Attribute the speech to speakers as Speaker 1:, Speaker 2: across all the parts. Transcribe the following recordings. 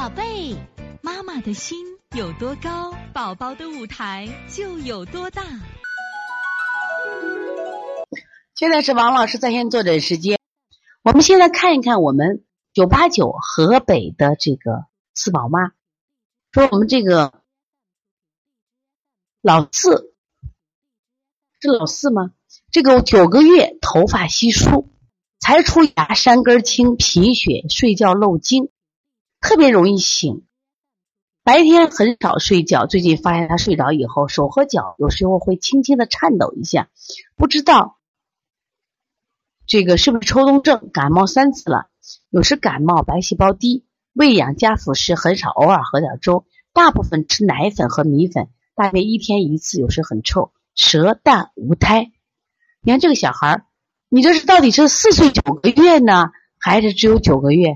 Speaker 1: 宝贝，妈妈的心有多高，宝宝的舞台就有多大。
Speaker 2: 现在是王老师在线坐诊时间，我们现在看一看我们989河北的这个四宝妈，说我们这个老四，是老四吗？这个9个月头发稀疏，才出芽，山根青，贫血，睡觉漏精，特别容易醒，白天很少睡觉，最近发现他睡着以后手和脚有时候会轻轻的颤抖一下，不知道这个是不是抽动症，感冒3次了，有时感冒白细胞低，喂养加辅食很少，偶尔喝点粥，大部分吃奶粉和米粉，大约1天1次，有时很臭，舌淡无胎。你看这个小孩，你这是到底是4岁9个月呢，还是只有9个月？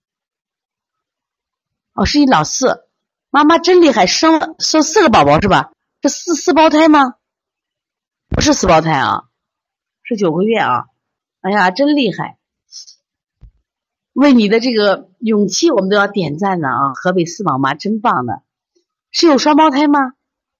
Speaker 2: 哦，是你老四，妈妈真厉害，生4个宝宝是吧？这四胞胎吗？不是4胞胎啊，是9个月啊。哎呀，真厉害！为你的这个勇气，我们都要点赞的啊！河北四宝妈真棒的，是有双胞胎吗？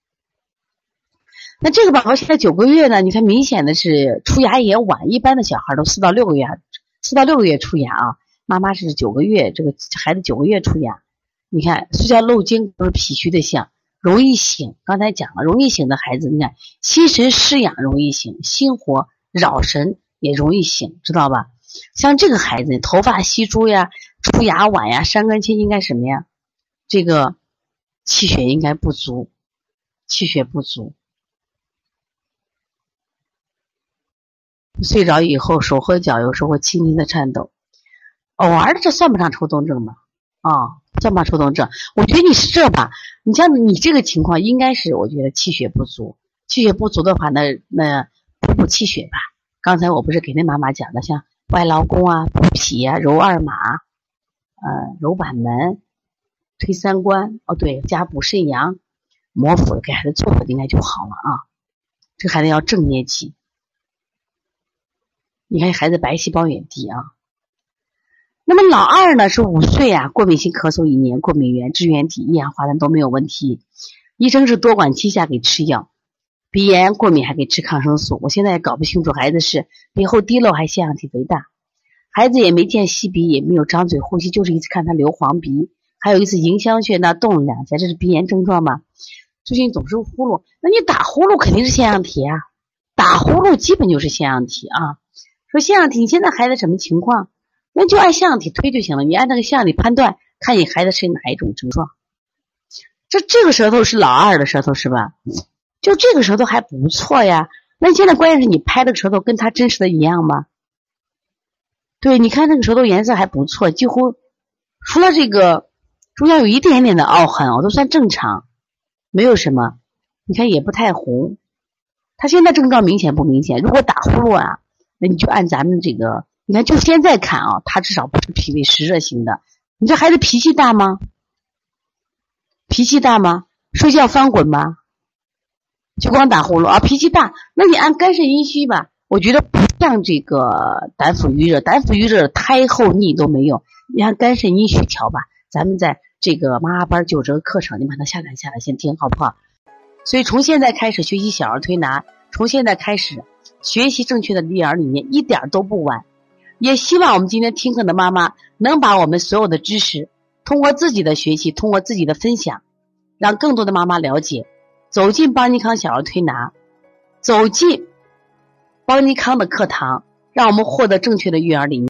Speaker 2: 那这个宝宝现在9个月呢？你看明显的是出芽也晚，一般的小孩都4到6个月出芽啊。妈妈是9个月，这个孩子9个月出芽。你看睡觉漏精都是脾虚的象，容易醒。刚才讲了，容易醒的孩子，你看心神失养容易醒，心火扰神也容易醒，知道吧？像这个孩子头发稀疏呀，出芽晚呀，山根青，应该什么呀？这个气血应该不足，气血不足。睡着以后手和脚有时候会轻轻的颤抖，偶尔的，这算不上抽动症吧？算不上抽动症。我觉得你是这吧，你像你这个情况应该是，我觉得气血不足。气血不足的话，那补气血吧。刚才我不是给那妈妈讲的，像外劳宫啊、补脾啊、揉二马、揉板门、推三关，对，加补肾阳、摩腹，给孩子做应该就好了啊。这孩子要正捏气。你看孩子白细胞也低啊。那么老二呢是5岁啊，过敏性咳嗽1年，过敏源、支原体、一氧化碳都没有问题，医生是多管齐下给吃药，鼻炎过敏还给吃抗生素。我现在也搞不清楚孩子是鼻后滴漏还腺样体肥大，孩子也没见吸鼻，也没有张嘴呼吸，就是一次看他流黄鼻，还有一次迎香穴那动了2下，这是鼻炎症状吗？最近总是呼噜，那你打呼噜肯定是腺样体啊，打呼噜基本就是腺样体啊。说腺样体你现在孩子什么情况，那就按腺样体推就行了，你按那个腺样体判断，看你孩子是哪一种症状。这个舌头是老二的舌头是吧？就这个舌头还不错呀。那现在关键是你拍的舌头跟他真实的一样吗？对，你看那个舌头颜色还不错，几乎除了这个中间有一点点的凹痕，都算正常，没有什么。你看也不太红。他现在症状明显不明显？如果打呼噜啊，那你就按咱们这个，你看就现在看啊，他至少不是脾胃湿热型的。你这孩子脾气大吗？脾气大吗？睡觉翻滚吗？就光打呼噜啊，脾气大，那你按肝肾阴虚吧。我觉得不像这个胆腑郁热，胆腑郁热胎后逆都没有，你按肝肾阴虚调吧。咱们在这个妈妈班就这个课程，你把它下载下来先听好不好？所以从现在开始学习小儿推拿，从现在开始学习正确的育儿理念，一点都不晚。也希望我们今天听课的妈妈能把我们所有的知识通过自己的学习，通过自己的分享，让更多的妈妈了解，走进邦尼康小儿推拿，走进邦尼康的课堂，让我们获得正确的育儿理念。